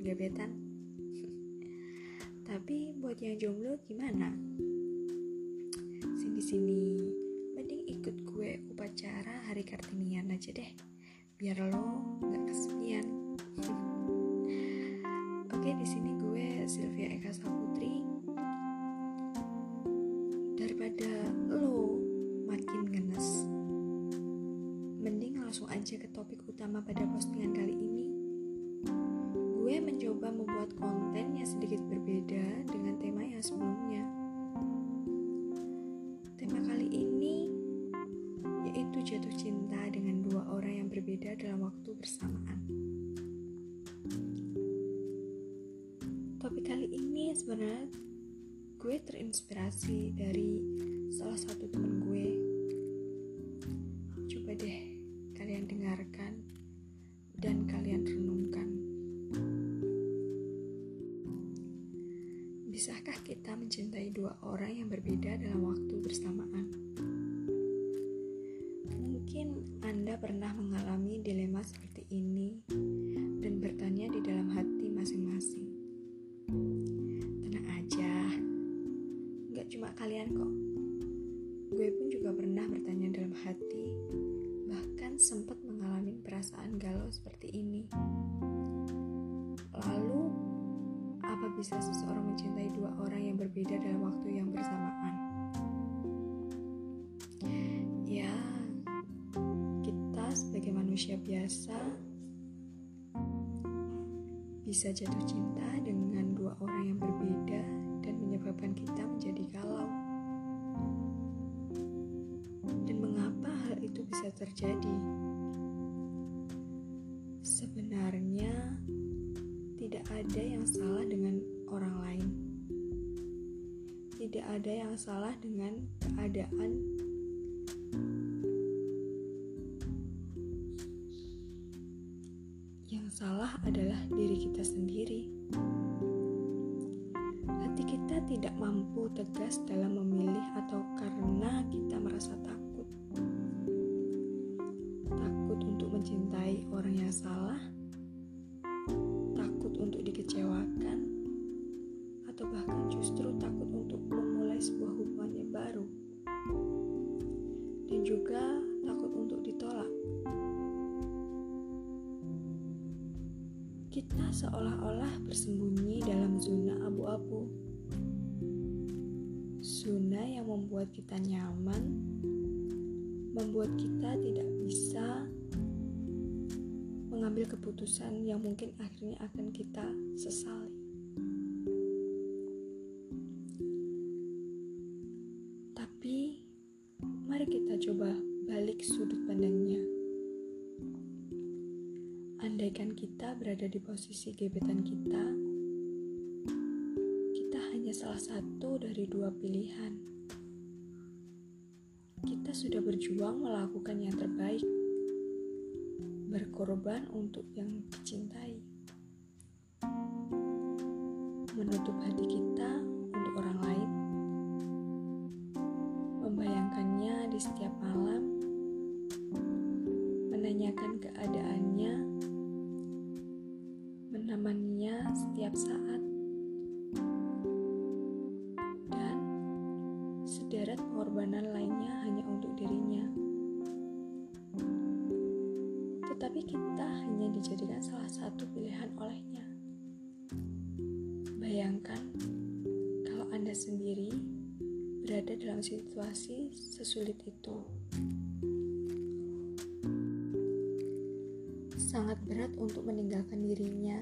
gebetan. Tapi buat yang jomblo gimana? Sini, mending ikut gue upacara Hari Kartinian aja deh, biar lo nggak kesepian. Oke, di sini gue Sylvia Eka Saputri. Daripada lo makin ngenes, mending langsung aja ke topik utama pada postingan kali ini. Gue mencoba membuat konten yang sedikit berbeda dengan tema yang sebelumnya. Tema kali ini yaitu jatuh cinta dengan dua orang yang berbeda dalam waktu bersamaan. Topik kali ini sebenarnya gue terinspirasi dari salah satu temen gue. Coba deh kalian dengarkan dan kalian renungkan. Bisakah kita mencintai dua orang yang berbeda dalam waktu bersamaan? Mungkin Anda pernah mengalami dilema seperti ini dan bertanya di dalam hati masing-masing. Tenang aja, gak cuma kalian kok. Gue pun juga pernah bertanya dalam hati, bahkan sempat mengalami perasaan galau seperti ini. Lalu, apa bisa seseorang mencintai dua orang yang berbeda dalam waktu yang bersamaan? Ya, kita sebagai manusia biasa bisa jatuh cinta dengan dua orang yang berbeda dan menyebabkan kita menjadi galau. Dan mengapa hal itu bisa terjadi? Sebenarnya tidak ada yang salah dengan orang lain. Tidak ada yang salah dengan keadaan. Yang salah adalah diri kita sendiri. Hati kita tidak mampu tegas dalam memilih atau karena kita merasa takut. Takut untuk mencintai orang yang salah, takut untuk dikecewakan, atau bahkan justru takut untuk memulai sebuah hubungan yang baru. Dan juga takut untuk ditolak. Kita seolah-olah bersembunyi dalam zona abu-abu. Zona yang membuat kita nyaman, membuat kita tidak bisa mengambil keputusan yang mungkin akhirnya akan kita sesali. Tapi, mari kita coba balik sudut pandangnya. Andaikan kita berada di posisi gebetan kita hanya salah satu dari dua pilihan. Kita sudah berjuang melakukan yang terbaik, berkorban untuk yang dicintai, menutup hati kita untuk orang lain, membayangkannya di setiap malam, menanyakan keadaannya, menemaninya setiap saat, dan sederet pengorbanan lainnya hanya untuk dirinya. Tetapi kita hanya dijadikan salah satu pilihan olehnya. Bayangkan kalau Anda sendiri berada dalam situasi sesulit itu. Sangat berat untuk meninggalkan dirinya.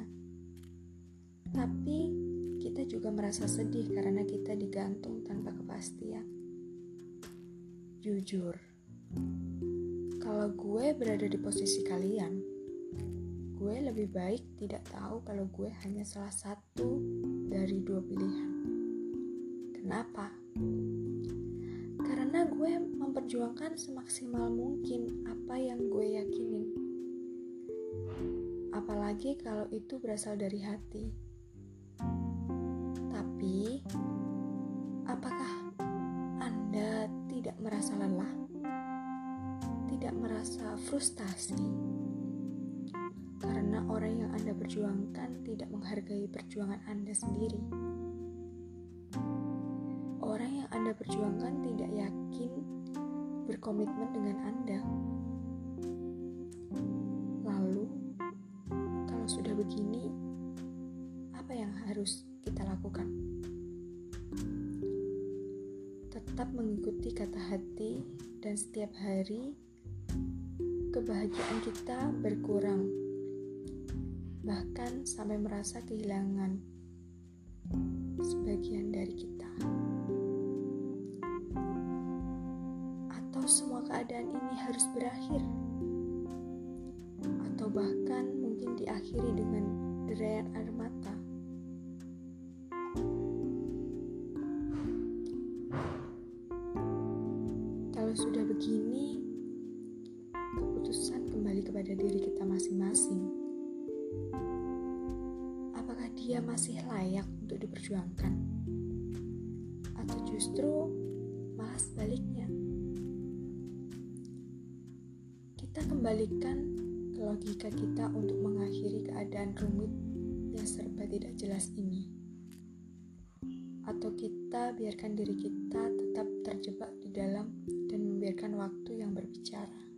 Tapi kita juga merasa sedih karena kita digantung tanpa kepastian. Jujur, kalau gue berada di posisi kalian, gue lebih baik tidak tahu kalau gue hanya salah satu dari dua pilihan. Kenapa? Karena gue memperjuangkan semaksimal mungkin apa yang gue yakinin. Apalagi kalau itu berasal dari hati. Tapi, apakah Anda tidak merasa lelah? Tidak merasa frustasi? karena orang yang Anda perjuangkan tidak menghargai perjuangan Anda sendiri. Orang yang Anda perjuangkan tidak yakin berkomitmen dengan Anda. Lalu, kalau sudah begini, apa yang harus kita lakukan? Tetap mengikuti kata hati, dan setiap hari kebahagiaan kita berkurang, bahkan sampai merasa kehilangan sebagian dari kita. Atau semua keadaan ini harus berakhir, atau bahkan mungkin diakhiri dengan derayan air mata. Kalau sudah begini, keputusan kembali kepada diri kita masing-masing. Apakah dia masih layak untuk diperjuangkan? Atau justru malah sebaliknya? Kita kembalikan ke logika kita untuk mengakhiri keadaan rumit yang serba tidak jelas ini. Atau kita biarkan diri kita tetap terjebak di dalam dan membiarkan waktu yang berbicara.